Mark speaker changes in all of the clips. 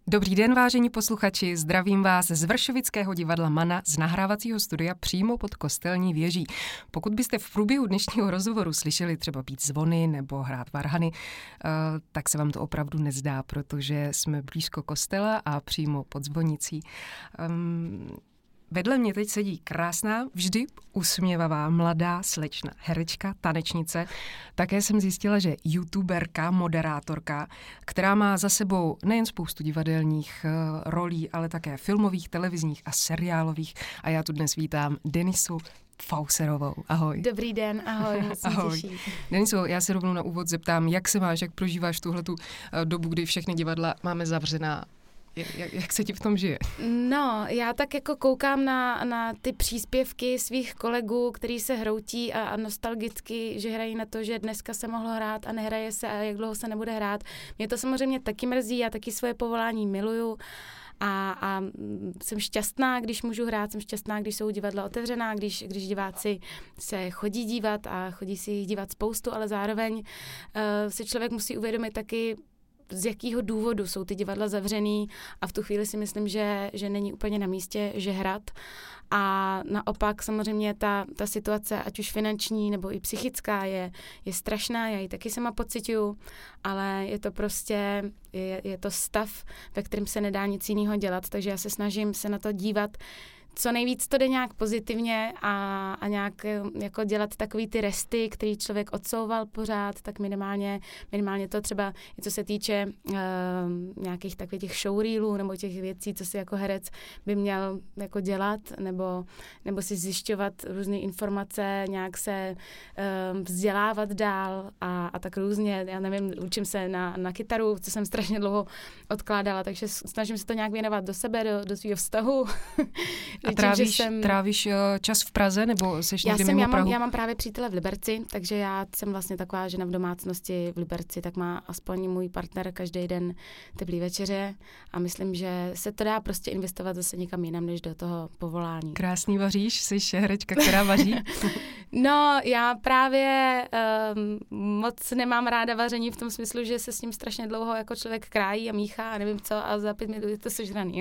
Speaker 1: Dobrý den, vážení posluchači, zdravím vás z Vršovického divadla Mana z nahrávacího studia přímo pod Kostelní věží. Pokud byste v průběhu dnešního rozhovoru slyšeli třeba bít zvony nebo hrát varhany, tak se vám to opravdu nezdá, protože jsme blízko kostela a přímo pod zvonicí. Vedle mě teď sedí krásná, vždy usměvavá, mladá slečna, herečka, tanečnice. Také jsem zjistila, že youtuberka, moderátorka, která má za sebou nejen spoustu divadelních rolí, ale také filmových, televizních a seriálových. A já tu dnes vítám Denisu Fauserovou. Ahoj.
Speaker 2: Dobrý den, ahoj, moc mě těší.
Speaker 1: Deniso, já se rovnou na úvod zeptám, jak se máš, jak prožíváš tuhletu dobu, kdy všechny divadla máme zavřená? Jak se ti v tom žije?
Speaker 2: No, já tak jako koukám na ty příspěvky svých kolegů, který se hroutí a nostalgicky, že hrají na to, že dneska se mohlo hrát a nehraje se a jak dlouho se nebude hrát. Mě to samozřejmě taky mrzí, já taky svoje povolání miluju a jsem šťastná, když můžu hrát, jsem šťastná, když jsou divadla otevřená, když diváci se chodí dívat a chodí si jich dívat spoustu, ale zároveň si člověk musí uvědomit taky, z jakého důvodu jsou ty divadla zavřený a v tu chvíli si myslím, že není úplně na místě, že hrát. A naopak samozřejmě ta situace, ať už finanční nebo i psychická, je strašná, já ji taky sama pociťuju, ale je to prostě, je to stav, ve kterém se nedá nic jiného dělat, takže já se snažím se na to dívat co nejvíc to jde nějak pozitivně a nějak jako dělat takový ty resty, který člověk odsouval pořád, tak minimálně to třeba, i co se týče nějakých takových těch showreelů nebo těch věcí, co si jako herec by měl jako dělat, nebo si zjišťovat různé informace, nějak se vzdělávat dál a tak různě, já nevím, učím se na kytaru, co jsem strašně dlouho odkládala, takže snažím se to nějak věnovat do sebe, do svého vztahu.
Speaker 1: A trávíš čas v Praze, nebo seš někdy mimo Prahu?
Speaker 2: Já mám právě přítele v Liberci, takže já jsem vlastně taková žena v domácnosti v Liberci, tak má aspoň můj partner každý den teplý večeře a myslím, že se to dá prostě investovat zase někam jinam, než do toho povolání.
Speaker 1: Krásný vaříš, jsi herečka, která vaří?
Speaker 2: No, já právě moc nemám ráda vaření v tom smyslu, že se s ním strašně dlouho jako člověk krájí a míchá a nevím co a za 5 minut je to sežraný.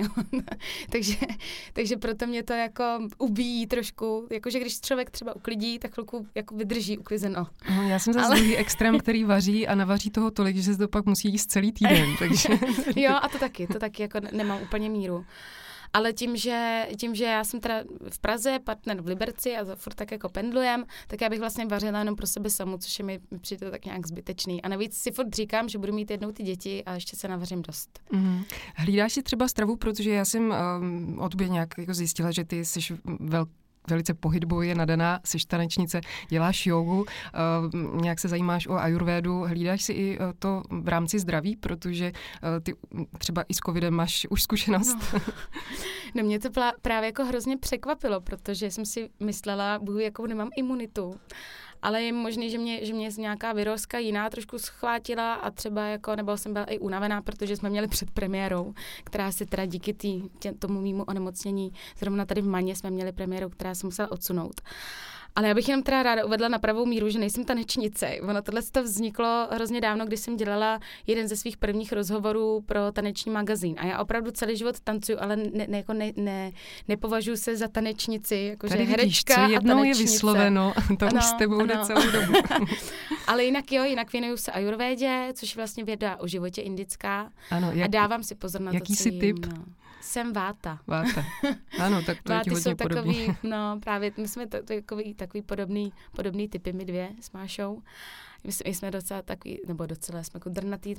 Speaker 2: takže proto mě to jako ubíjí trošku, jakože když člověk třeba uklidí, tak chvilku jako vydrží uklizeno.
Speaker 1: No, já jsem zase druhý extrém, který vaří a navaří toho tolik, že se to pak musí jíst celý týden. Takže...
Speaker 2: Jo, a to taky jako nemám úplně míru. Ale tím, že já jsem teda v Praze, partner v Liberci a furt tak jako pendlujem, tak já bych vlastně vařila jenom pro sebe samu, což je mi přijde tak nějak zbytečný. A navíc si furt říkám, že budu mít jednou ty děti a ještě se navařím dost.
Speaker 1: Mm-hmm. Hlídáš si třeba stravu, protože já jsem od tebe nějak jako zjistila, že ty jsi velice pohybově nadaná, jsi tanečnice, děláš jogu, nějak se zajímáš o ajurvédu, hlídáš si i to v rámci zdraví, protože ty třeba i s covidem máš už zkušenost.
Speaker 2: No mě to právě jako hrozně překvapilo, protože jsem si myslela, jakou nemám imunitu. Ale je možný, že mě nějaká virózka jiná trošku schvátila a třeba jako, nebo jsem byla i unavená, protože jsme měli před premiérou, která se teda díky tomu mému onemocnění, zrovna tady v Maně jsme měli premiéru, která se musela odsunout. Ale já bych jenom teda ráda uvedla na pravou míru, že nejsem tanečnice. Ono tohle to vzniklo hrozně dávno, když jsem dělala jeden ze svých prvních rozhovorů pro taneční magazín. A já opravdu celý život tancuju, ale nepovažuji se za tanečnici, jakože herečka
Speaker 1: co
Speaker 2: a
Speaker 1: jednou
Speaker 2: tanečnice.
Speaker 1: Je vysloveno, to už s tebou jde celou dobu.
Speaker 2: Ale jinak věnuju se ajurvédě, což je vlastně věda o životě indická.
Speaker 1: Ano,
Speaker 2: a dávám si pozor na to,
Speaker 1: jaký jsi typ?
Speaker 2: No. Jsem váta.
Speaker 1: Váta. Ano, tak to
Speaker 2: Váty
Speaker 1: je ti hodně podobný.
Speaker 2: Takový, no právě, my jsme takový podobný typy, my dvě s Mášou. My jsme docela takový, nebo docela jsme jako drnatý,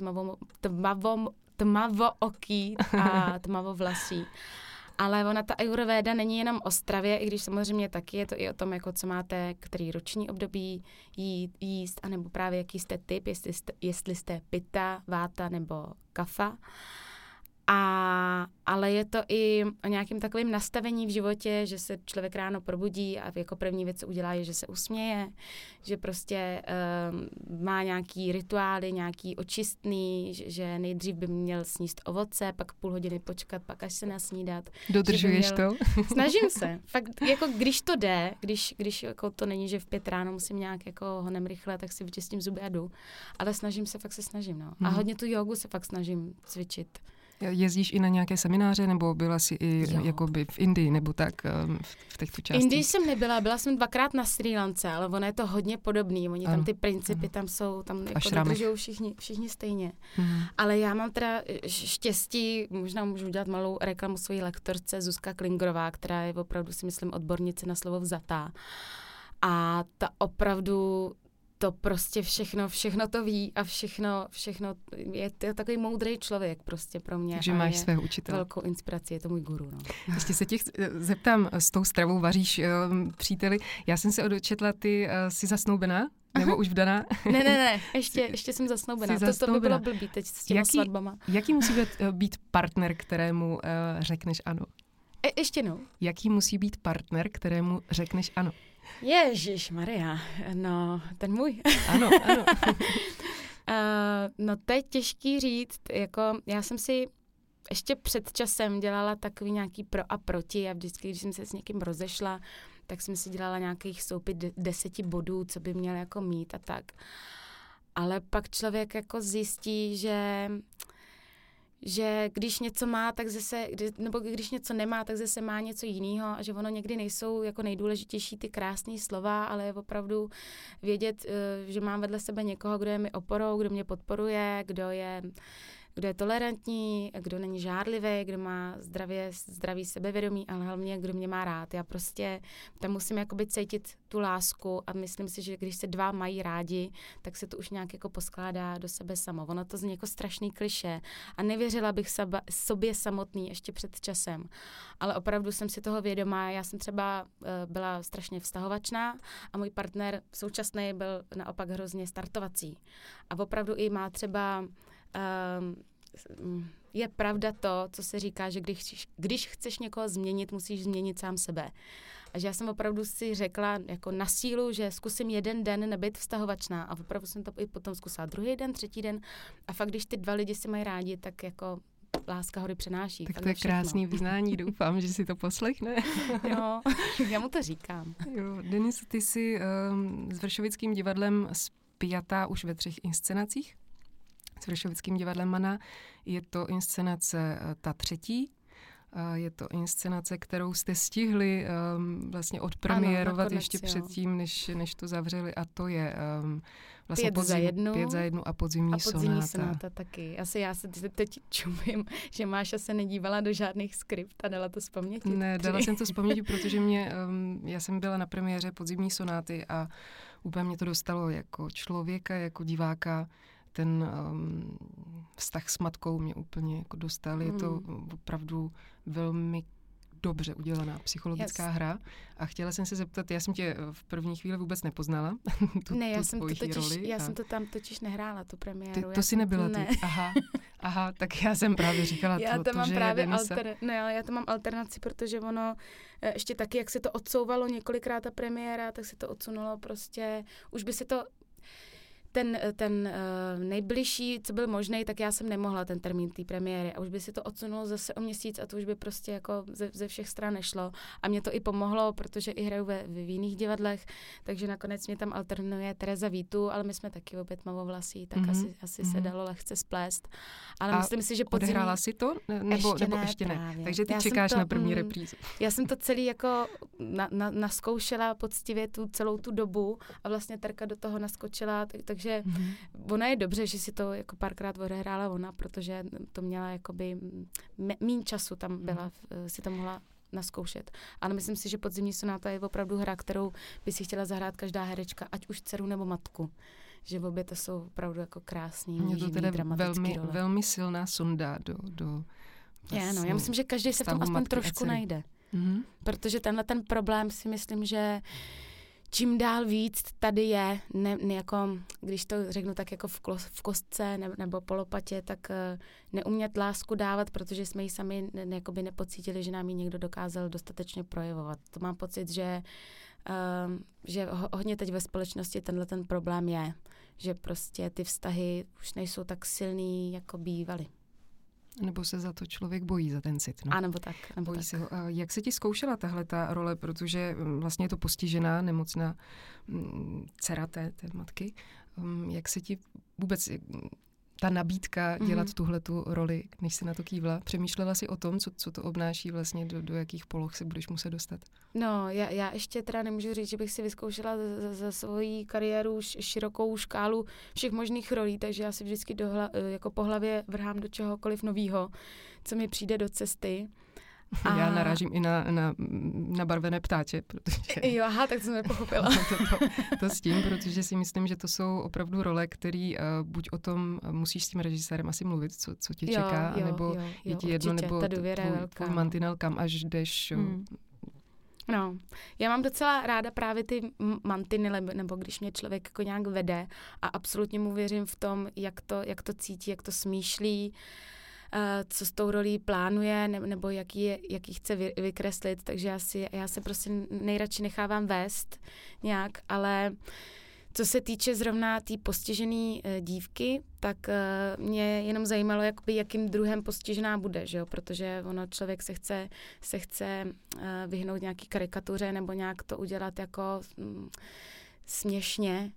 Speaker 2: tmavooký a tmavovlasí. Ale ona, ta ajurvéda není jenom o stravě, i když samozřejmě taky je to i o tom, jako co máte, který roční období jíst, anebo právě jaký jste typ, jestli jste pitta, váta nebo kafa. Ale je to i o nějakým takovým nastavení v životě, že se člověk ráno probudí a jako první věc, co udělá, je, že se usměje, že prostě má nějaký rituály, nějaký očistný, že nejdřív by měl sníst ovoce, pak půl hodiny počkat, pak až se nasnídat.
Speaker 1: Dodržuješ to?
Speaker 2: Snažím se. Fakt, jako když to jde, když jako to není, že v 5 ráno musím nějak jako honem rychle, tak si vyčistím zuby a jdu. Ale snažím se, no. A hodně tu jogu se fakt snažím cvičit.
Speaker 1: Jezdíš i na nějaké semináře, nebo byla jsi i jakoby v Indii, nebo tak v těchto částích?
Speaker 2: Indii jsem nebyla, byla jsem 2krát na Srí Lance, ale ono je to hodně podobný. Oni tam ty principy tam jsou, tam jako dodržují všichni stejně. Ale já mám teda štěstí, možná můžu udělat malou reklamu svojí lektorce Zuzka Klingrová, která je opravdu, si myslím, odbornice na slovo vzatá. A ta opravdu to prostě všechno to ví a všechno je takový moudrý člověk prostě pro mě.
Speaker 1: Takže máš svého učitele.
Speaker 2: Velkou inspiraci, je to můj guru. No.
Speaker 1: Ještě se tě zeptám, s tou stravou vaříš, příteli. Já jsem se odočetla, ty jsi zasnoubená? Nebo už vdaná?
Speaker 2: Ne, ještě jsem zasnoubená. To by bylo blbý teď s těma svatbama.
Speaker 1: Jaký musí být partner, kterému řekneš ano?
Speaker 2: Ještě no.
Speaker 1: Jaký musí být partner, kterému řekneš ano?
Speaker 2: Ježišmarja, no, ten můj.
Speaker 1: Ano.
Speaker 2: No to je těžký říct, jako já jsem si ještě před časem dělala takový nějaký pro a proti a vždycky, když jsem se s někým rozešla, tak jsem si dělala nějakých soupis 10 bodů, co by měl jako mít a tak. Ale pak člověk jako zjistí, že když něco má, tak zase, nebo když něco nemá, tak zase má něco jiného a že ono někdy nejsou jako nejdůležitější ty krásné slova, ale je opravdu vědět, že mám vedle sebe někoho, kdo je mi oporou, kdo mě podporuje, kdo je tolerantní, kdo není žárlivý, kdo má zdravý sebevědomí, ale hlavně kdo mě má rád. Já prostě tam musím jakoby cítit tu lásku a myslím si, že když se dva mají rádi, tak se to už nějak jako poskládá do sebe samo. Ono to zní jako strašný klišé a nevěřila bych sobě samotný ještě před časem. Ale opravdu jsem si toho vědomá. Já jsem třeba byla strašně vztahovačná a můj partner současný byl naopak hrozně startovací. A opravdu i má třeba je pravda to, co se říká, že když chceš někoho změnit, musíš změnit sám sebe. A že já jsem opravdu si řekla jako na sílu, že zkusím jeden den nebýt vztahovačná a opravdu jsem to i potom zkusila druhý den, třetí den a fakt, když ty dva lidi se mají rádi, tak jako láska hory přenáší.
Speaker 1: Tak to je krásný vyznání, doufám, že si to poslechne.
Speaker 2: Jo, já mu to říkám.
Speaker 1: Jo, Denis, ty jsi s Vršovickým divadlem spjatá už ve 3 inscenacích. S Vršovickým divadlem Mana. Je to inscenace ta 3. Je to inscenace, kterou jste stihli vlastně odpremiérovat ještě předtím, než to zavřeli, a to je vlastně 5 za 1 a podzimní sonáta
Speaker 2: taky. Já se teď čumím, že Máša se nedívala do žádných skript a dala to z paměti.
Speaker 1: Ne, dala jsem to z paměti, protože já jsem byla na premiéře podzimní sonáty a úplně mě to dostalo jako člověka, jako diváka. Ten vztah s matkou mě úplně jako dostal. Je to opravdu velmi dobře udělaná psychologická hra. A chtěla jsem se zeptat, já jsem tě v první chvíli vůbec nepoznala.
Speaker 2: Já jsem to tam totiž nehrála, tu premiéru.
Speaker 1: To jsi nebyla ty? Aha, tak já jsem právě říkala
Speaker 2: já to mám alternaci, protože ono ještě taky, jak se to odsouvalo několikrát ta premiéra, tak se to odsunulo prostě, už by se to ten nejbližší, co byl možný, tak já jsem nemohla ten termín té premiéry a už by se to odsunulo zase o měsíc a to už by prostě jako ze všech stran nešlo. A mě to i pomohlo, protože i hraju v jiných divadlech, takže nakonec mě tam alternuje Tereza Vítu, ale my jsme taky obě tmavovlasí, tak asi se dalo lehce splést. Ale myslím si, že
Speaker 1: odehrála si to? Nebo ještě ne? Takže ty čekáš na první reprízu.
Speaker 2: Já jsem to celý jako naskoušela poctivě celou tu dobu a vlastně Terka do toho naskočila, takže ona je dobře, že si to jako párkrát odehrála ona, protože to měla jakoby míň času tam byla, si to mohla naskoušet. Ale myslím si, že podzimní sonáta je opravdu hra, kterou by si chtěla zahrát každá herečka, ať už dceru nebo matku. Že obě to jsou opravdu jako krásný, níživý, dramatický role.
Speaker 1: Velmi silná sonda do
Speaker 2: vlastně já myslím, že každý se v tom aspoň trošku najde. Protože tenhle ten problém si myslím, že čím dál víc tady je, jako, když to řeknu tak jako v kostce nebo po lopatě, tak neumět lásku dávat, protože jsme ji sami nepocítili, že nám ji někdo dokázal dostatečně projevovat. To mám pocit, že hodně teď ve společnosti tenhle ten problém je, že prostě ty vztahy už nejsou tak silný, jako bývaly.
Speaker 1: Nebo se za to člověk bojí, za ten cit. No.
Speaker 2: A nebo tak.
Speaker 1: Bojí se ho. Jak se ti zkoušela tahle ta role, protože vlastně je to postižená, nemocná dcera té matky. Jak se ti vůbec ta nabídka dělat tuhletu roli, než si na to kývla? Přemýšlela jsi o tom, co to obnáší vlastně, do jakých poloh se budeš muset dostat?
Speaker 2: No, já ještě teda nemůžu říct, že bych si vyzkoušela za svoji kariéru širokou škálu všech možných rolí, takže já si vždycky jako po hlavě vrhám do čehokoliv novýho, co mi přijde do cesty.
Speaker 1: Já narážím i na barvené ptáče, protože...
Speaker 2: Jo, aha, tak jsem nepochopila.
Speaker 1: to s tím, protože si myslím, že to jsou opravdu role, které buď o tom musíš s tím režisérem asi mluvit, co tě čeká, nebo je ti jedno, nebo tvůj mantinel, kam až jdeš.
Speaker 2: No, já mám docela ráda právě ty mantinely, nebo když mě člověk jako nějak vede a absolutně mu věřím v tom, jak to cítí, jak to smýšlí, co s tou rolí plánuje, nebo jak ji chce vykreslit, takže já se prostě nejradši nechávám vést nějak, ale co se týče zrovna té postižené dívky, tak mě jenom zajímalo, jakým druhem postižená bude, že jo? Protože člověk se chce vyhnout nějaký karikatuře nebo nějak to udělat jako směšně,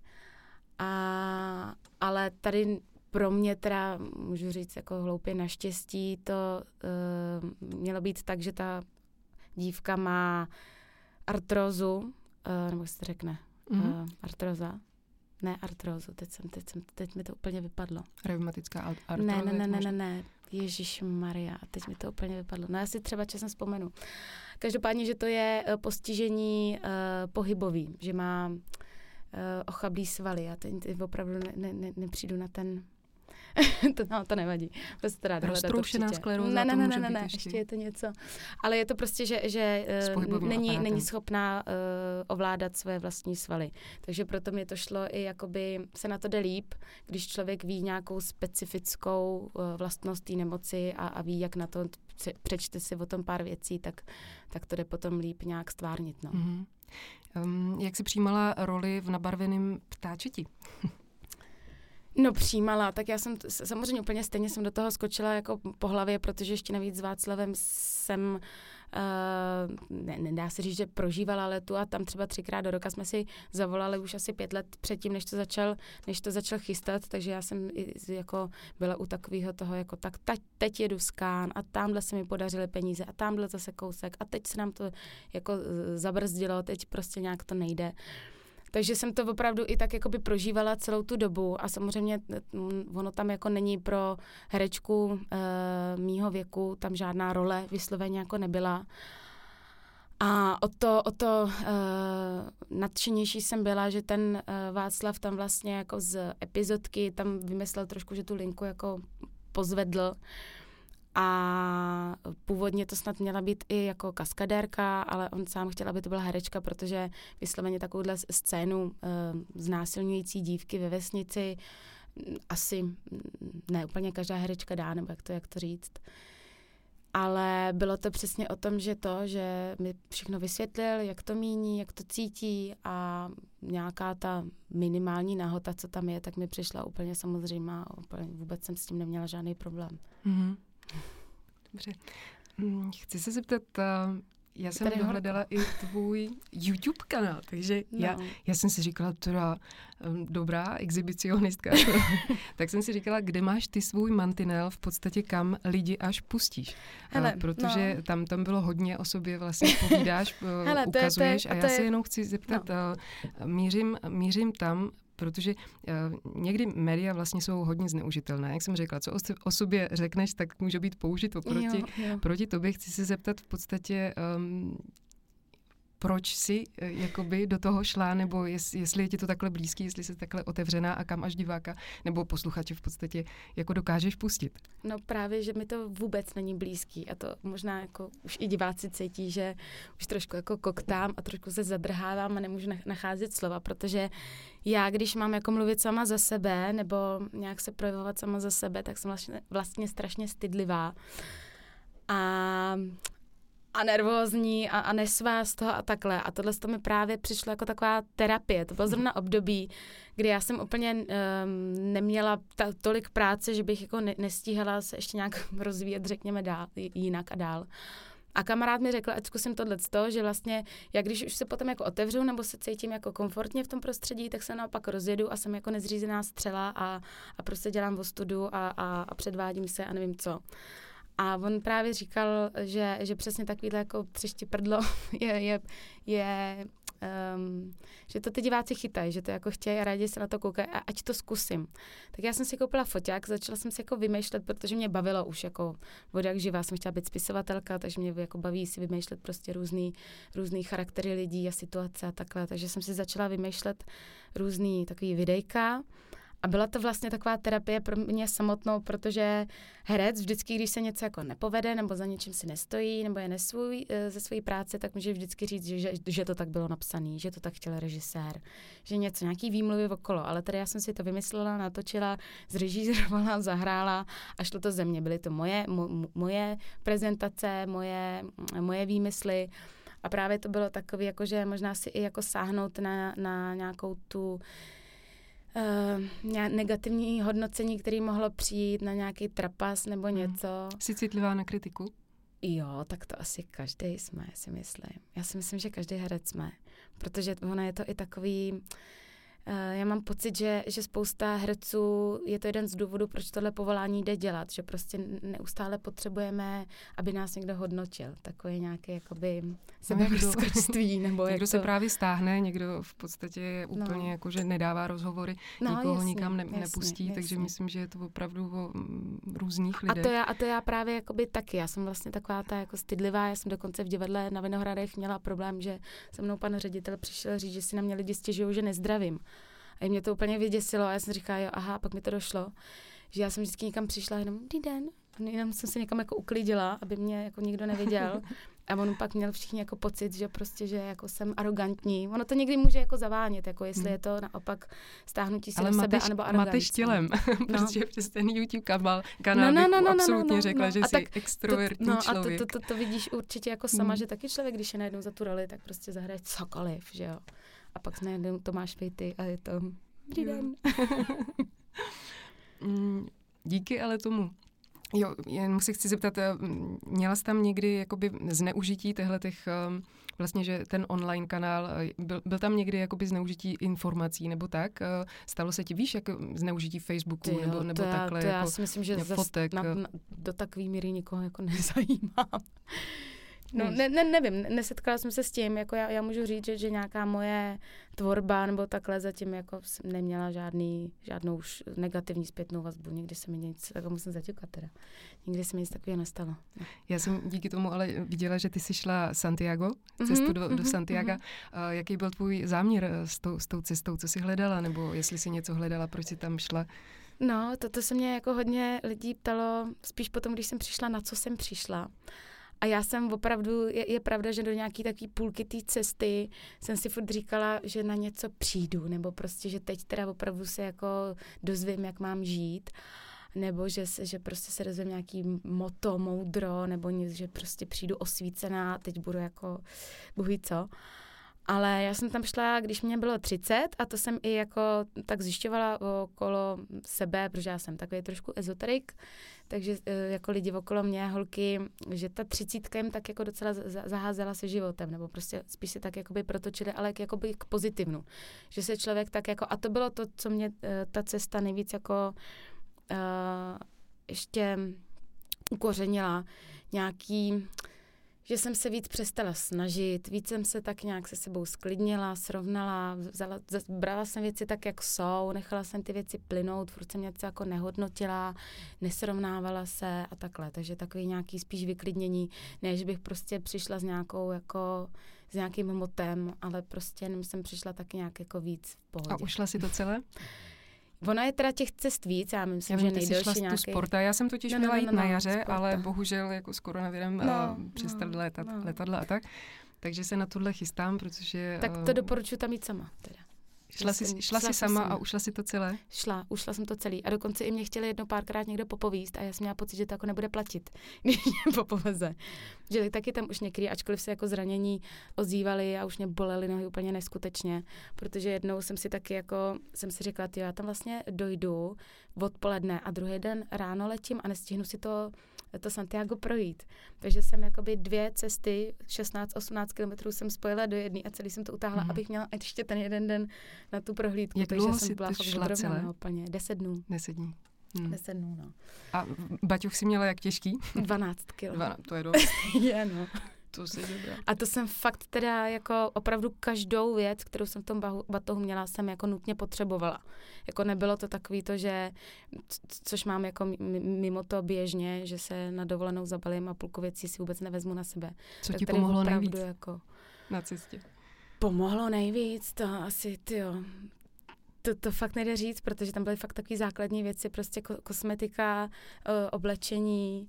Speaker 2: ale tady pro mě teda, můžu říct jako hloupě naštěstí, to mělo být tak, že ta dívka má artrózu, nebo jak se to řekne, artróza? Ne, artrózu, teď mi to úplně vypadlo.
Speaker 1: Reumatická artróza?
Speaker 2: Ne, Ježišmarja, teď mi to úplně vypadlo. No já si třeba časem vzpomenu. Každopádně, že to je postižení pohybový, že má ochablý svaly. Já teď opravdu nepřijdu na ten... to nevadí. Prostě to ráda
Speaker 1: roztroušená skleróza,
Speaker 2: ne, ještě je to něco. Ale je to prostě, že není schopná ovládat své vlastní svaly. Takže proto mi to šlo i jakoby se na to jde líp, když člověk ví nějakou specifickou vlastnost té nemoci a ví, jak na to, přečte si o tom pár věcí, tak to jde potom líp nějak stvárnit. No.
Speaker 1: Mm-hmm. Jak jsi přijímala roli v Nabarveném ptáčeti?
Speaker 2: No přijímala, tak já jsem samozřejmě úplně stejně jsem do toho skočila jako po hlavě, protože ještě navíc s Václavem jsem, nedá se říct, že prožívala, ale tu a tam třeba 3krát do roka jsme si zavolali už asi 5 let předtím, než to začal chystat, takže já jsem jako byla u takového toho, jako tak teď jedu z Cannes a tamhle se mi podařily peníze a tamhle zase kousek a teď se nám to jako zabrzdilo, teď prostě nějak to nejde. Takže jsem to opravdu i tak jakoby prožívala celou tu dobu a samozřejmě ono tam jako není pro herečku mýho věku, tam žádná role vysloveně jako nebyla. A o to nadšenější jsem byla, že ten Václav tam vlastně jako z epizodky tam vymyslel trošku, že tu linku jako pozvedl. A původně to snad měla být i jako kaskadérka, ale on sám chtěl, aby to byla herečka, protože vysloveně takovouhle scénu znásilňující dívky ve vesnici asi ne úplně každá herečka dá, nebo jak to říct. Ale bylo to přesně o tom, že mi všechno vysvětlil, jak to míní, jak to cítí a nějaká ta minimální nahota, co tam je, tak mi přišla úplně samozřejmá. Vůbec jsem s tím neměla žádný problém.
Speaker 1: Mm-hmm. Dobře. Chci se zeptat, já jsem dohledala i tvůj YouTube kanál, takže já jsem si říkala, teda dobrá exhibicionistka, tak jsem si říkala, kde máš ty svůj mantinel, v podstatě kam lidi až pustíš. Protože tam bylo hodně o sobě vlastně povídáš, ukazuješ a já se jenom chci zeptat, mířím tam, protože někdy média vlastně jsou hodně zneužitelné. Jak jsem řekla, co o sobě řekneš, tak může být použito proti tobě. Chci se zeptat v podstatě, proč jsi jakoby do toho šla, nebo jestli je ti to takhle blízký, jestli jsi takhle otevřená a kam až diváka nebo posluchače v podstatě jako dokážeš pustit.
Speaker 2: No právě, že mi to vůbec není blízký a to možná jako už i diváci cítí, že už trošku jako koktám a trošku se zadrhávám a nemůžu nacházet slova, protože já, když mám jako mluvit sama za sebe nebo nějak se projevovat sama za sebe, tak jsem vlastně strašně stydlivá a nervózní a nesvá z toho a takhle. A tohle to mi právě přišlo jako taková terapie. To bylo zrovna období, kdy já jsem úplně neměla tolik práce, že bych jako nestíhala se ještě nějak rozvíjet, řekněme, jinak a dál. A kamarád mi řekl, ať zkusím tohleto, že vlastně, jak když už se potom jako otevřu nebo se cítím jako komfortně v tom prostředí, tak se naopak rozjedu a jsem jako nezřízená střela a prostě dělám ostudu a předvádím se a nevím co. A on právě říkal, že přesně takovýhle jako třešti prdlo že to ty diváci chytají, že to jako chtějí a rádi se na to koukají a ať to zkusím. Tak já jsem si koupila foťák, začala jsem si jako vymýšlet, protože mě bavilo už jako od jak živá, jsem chtěla být spisovatelka, takže mě jako baví si vymýšlet prostě různý charaktery lidí a situace a takhle, takže jsem si začala vymýšlet různý takový videjka. A byla to vlastně taková terapie pro mě samotnou, protože herec vždycky, když se něco jako nepovede, nebo za něčím si nestojí, nebo je nesvůj ze své práce, tak může vždycky říct, že to tak bylo napsané, že to tak chtěl režisér, že nějaký výmluvy okolo. Ale tady já jsem si to vymyslela, natočila, zrežírovala, zahrála a šlo to ze mě. Byly to moje prezentace, moje výmysly. A právě to bylo takové, jakože možná si i jako sáhnout na nějakou tu negativní hodnocení, který mohlo přijít na nějaký trapas nebo něco.
Speaker 1: Jsi citlivá na kritiku?
Speaker 2: Jo, tak to asi každý jsme, si myslím. Já si myslím, že každý herec jsme, protože ono je to i takový... Já mám pocit, že spousta herců, je to jeden z důvodů, proč tohle povolání jde dělat, že prostě neustále potřebujeme, aby nás někdo hodnotil. Takový nějaký jakoby sebeprskoství.
Speaker 1: Někdo se právě stáhne, někdo v podstatě je úplně jako, že nedává rozhovory, nikoho nikam nepustí, takže myslím, že je to opravdu o různých lidech.
Speaker 2: A to já právě jakoby taky. Já jsem vlastně taková ta jako stydlivá, já jsem dokonce v divadle na Vinohradech měla problém, že se mnou pan ředitel přišel říct, že si na mě lidi stěžují, že nezdravím. A mě to úplně vyděsilo a já jsem říkala, jo, aha, pak mi to došlo, že já jsem vždycky někam přišla jenom dobrý den, jenom jsem se někam jako uklidila, aby mě jako nikdo neviděl. A on pak měl všichni jako pocit, že prostě, že jako jsem arrogantní. Ono to někdy může jako zavánět, jako jestli je to naopak stáhnutí si do sebe, anebo arogance.
Speaker 1: Mateš tělem, protože přes ten YouTube kanál bych absolutně řekla, že jsi extrovertní člověk.
Speaker 2: A to vidíš určitě jako sama, že taky člověk, když je najednou za tu roli, tak prostě zahraje cokoliv, že jo. A pak najednou Tomáš Vejty a je to dobrý den.
Speaker 1: Díky ale tomu. Jo, jenom se chci zeptat, měla jsi tam někdy jakoby zneužití těch vlastně, že ten online kanál, byl tam někdy jakoby zneužití informací nebo tak? Stalo se ti, víš, jako zneužití Facebooku nebo takhle?
Speaker 2: To já si myslím, že do takové míry nikoho jako nezajímám. No, nevím, nesetkala jsem se s tím, jako já můžu říct, že nějaká moje tvorba nebo takhle zatím jako neměla žádnou už negativní zpětnou vazbu, nikdy se mi nic, tak musím zaťukat teda, nikdy se mi nic takového nestalo. No.
Speaker 1: Já jsem díky tomu ale viděla, že ty jsi šla Santiago, cestu do Santiaga. Jaký byl tvůj záměr s tou cestou, co jsi hledala, nebo jestli jsi něco hledala, proč jsi tam šla?
Speaker 2: No, to se mě jako hodně lidí ptalo, spíš potom, když jsem přišla, na co jsem přišla. A já jsem opravdu, je pravda, že do nějaký takový půlky té cesty jsem si furt říkala, že na něco přijdu, nebo prostě, že teď teda opravdu se jako dozvím, jak mám žít, nebo že prostě se dozvím nějaký moudro, nebo že prostě přijdu osvícená a teď budu jako bůh co. Ale já jsem tam šla, když mě bylo 30 a to jsem i jako tak zjišťovala okolo sebe, protože já jsem takový trošku ezoterik, takže jako lidi okolo mě, holky, že ta 30 jim tak jako docela zaházela se životem, nebo prostě spíš se tak jakoby protočili, ale jakoby k pozitivnu. Že se člověk tak jako, a to bylo to, co mě ta cesta nejvíc jako ještě ukořenila, nějaký... že jsem se víc přestala snažit, víc jsem se tak nějak se sebou sklidnila, srovnala, brala jsem věci tak, jak jsou, nechala jsem ty věci plynout, furt jsem něco jako nehodnotila, nesrovnávala se a takhle. Takže takový nějaký spíš vyklidnění, ne, že bych prostě přišla s nějakým motem, ale prostě jenom jsem přišla taky nějak jako víc v pohodě.
Speaker 1: A ušla si to celé?
Speaker 2: Ona je teda těch cest víc, já myslím, že nejdelší nějaký...
Speaker 1: Sporta. Já jsem totiž měla jít na jaře, ale bohužel jako s koronavirem přestali létat letadla a tak. Takže se na tohle chystám, protože...
Speaker 2: Tak to doporučuji tam jít sama teda.
Speaker 1: Šla jsi sama a ušla si to celé?
Speaker 2: Ušla jsem to celý. A dokonce i mě chtěli jednou párkrát někdo popovíst a já jsem měla pocit, že to jako nebude platit, když mě popoveze. Že taky tam už některý, ačkoliv se jako zranění ozývali a už mě bolely nohy úplně neskutečně, protože jednou jsem si taky jako, jsem si řekla, já tam vlastně dojdu odpoledne a druhý den ráno letím a nestihnu si to to Santiago projít. Takže jsem jakoby 2 cesty, 16-18 kilometrů jsem spojila do jedné a celý jsem to utáhla, abych měla ještě ten jeden den na tu prohlídku.
Speaker 1: Jak
Speaker 2: takže
Speaker 1: dlouho
Speaker 2: jsem
Speaker 1: si
Speaker 2: byla
Speaker 1: to šla celé?
Speaker 2: Úplně 10 dnů.
Speaker 1: 10 dní.
Speaker 2: 10 dnů, no.
Speaker 1: A baťoch si měla jak těžký?
Speaker 2: 12 kilo.
Speaker 1: To je dost.
Speaker 2: Je, no.
Speaker 1: To si dobrá.
Speaker 2: A to jsem fakt teda jako opravdu každou věc, kterou jsem v tom batohu měla, jsem jako nutně potřebovala. Jako nebylo to takový to, že, což mám jako mimo to běžně, že se na dovolenou zabalím a půlku věcí si vůbec nevezmu na sebe.
Speaker 1: Co
Speaker 2: tak
Speaker 1: ti pomohlo nejvíc
Speaker 2: jako
Speaker 1: na cestě?
Speaker 2: Pomohlo nejvíc, to asi, to fakt nejde říct, protože tam byly fakt takové základní věci, prostě kosmetika, oblečení,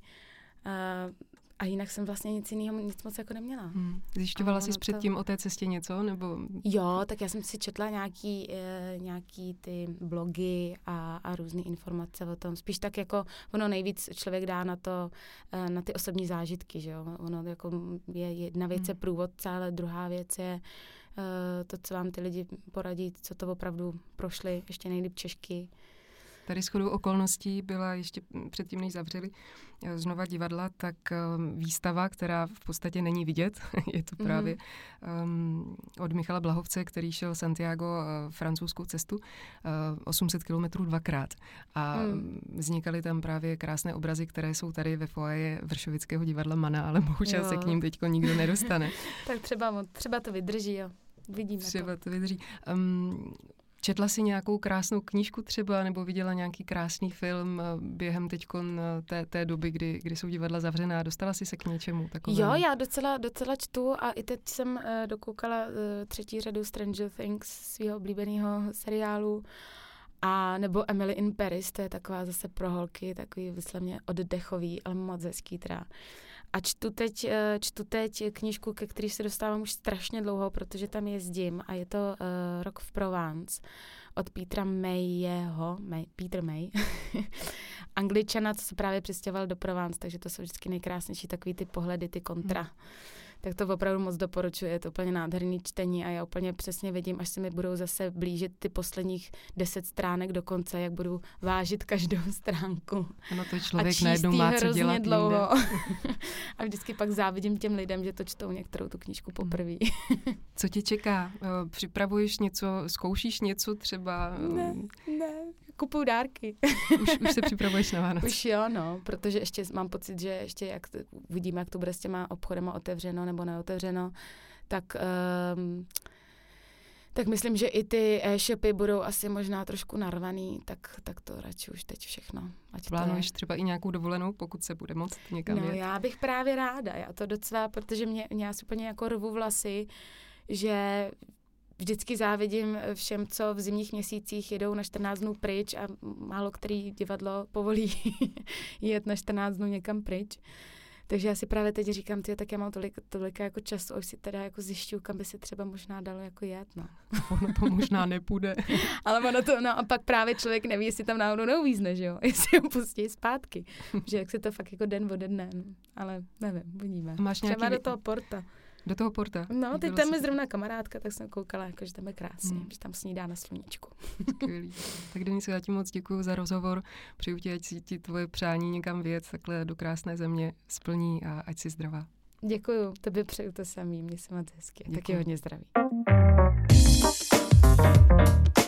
Speaker 2: a jinak jsem vlastně nic moc jako neměla.
Speaker 1: Zjišťovala jsi předtím o té cestě něco? Nebo...
Speaker 2: Jo, tak já jsem si četla nějaký ty blogy a různé informace o tom. Spíš tak jako ono nejvíc člověk dá na ty osobní zážitky, že jo. Ono jako je jedna věc je průvodce, ale druhá věc je to, co vám ty lidi poradí, co to opravdu prošli, ještě nejlíp Češky.
Speaker 1: Tady shodou okolností byla ještě předtím, než zavřeli znova divadla, tak výstava, která v podstatě není vidět, je to právě od Michala Blahovce, který šel Santiago francouzskou cestu 800 kilometrů 2krát. A vznikaly tam právě krásné obrazy, které jsou tady ve foaje Vršovického divadla Mana, ale bohužel se k ním teďko nikdo nedostane.
Speaker 2: Tak třeba to vydrží, jo. Vidíme
Speaker 1: třeba to vydrží. Četla jsi nějakou krásnou knížku třeba, nebo viděla nějaký krásný film během teďkon té doby, kdy jsou divadla zavřená? Dostala jsi se k něčemu takovému?
Speaker 2: Jo, já docela čtu a i teď jsem dokoukala 3. řadu Stranger Things, svého oblíbeného seriálu. A nebo Emily in Paris, to je taková zase pro holky, takový vyslovně oddechový, ale moc hezký teda. A čtu teď knížku, ke který se dostávám už strašně dlouho, protože tam jezdím a je to Rok v Provence od Peter May, Angličana, co se právě přistěhoval do Provence, takže to jsou vždycky nejkrásnější takový ty pohledy, ty kontra. Tak to opravdu moc doporučuji, je to úplně nádherný čtení a já úplně přesně vidím, až se mi budou zase blížit ty posledních 10 stránek do konce, jak budu vážit každou stránku.
Speaker 1: Ano, to člověk najednou má co dělat
Speaker 2: dlouho. A vždycky pak závidím těm lidem, že to čtou některou tu knížku poprvé.
Speaker 1: Co tě čeká? Připravuješ něco, zkoušíš něco třeba?
Speaker 2: Ne, kupuju dárky.
Speaker 1: Už se připravuješ na Vánoce?
Speaker 2: Už jo, no, protože ještě mám pocit, že ještě uvidíme, jak to bude s těma obchodema otevřeno nebo neotevřeno, tak myslím, že i ty e-shopy budou asi možná trošku narvaný, tak to radši už teď všechno.
Speaker 1: Plánuješ třeba i nějakou dovolenou, pokud se bude moct někam jet?
Speaker 2: No, já bych právě ráda, já to docela, protože já si úplně jako rvu vlasy, že vždycky závidím všem, co v zimních měsících jedou na 14 dnů pryč a málo který divadlo povolí jet na 14 dnů někam pryč. Takže já si právě teď říkám, tak já mám tolik jako času, už si teda jako zjišťuju, kam by se třeba možná dalo jako jet, no.
Speaker 1: Ono to možná nepůjde.
Speaker 2: Ale ono to, no a pak právě člověk neví, jestli tam náhodou neuvízne, že jo, jestli ho pustí zpátky. Že jak se to fakt jako den ode dne, no. Ale nevím, uvidíme. Třeba do toho Porta.
Speaker 1: Do toho Porta?
Speaker 2: No, teď tam je zrovna kamarádka, tak jsem koukala, že tam je krásně, že tam snídá na sluníčku.
Speaker 1: Skvělý. Tak Deniso, já ti moc děkuju za rozhovor. Přeju ti, ať si ti tvoje přání někam vyjet takhle do krásné země splní a ať jsi zdravá.
Speaker 2: Děkuju, tobě přeju to samý, mě se moc hezky. Taky hodně zdraví.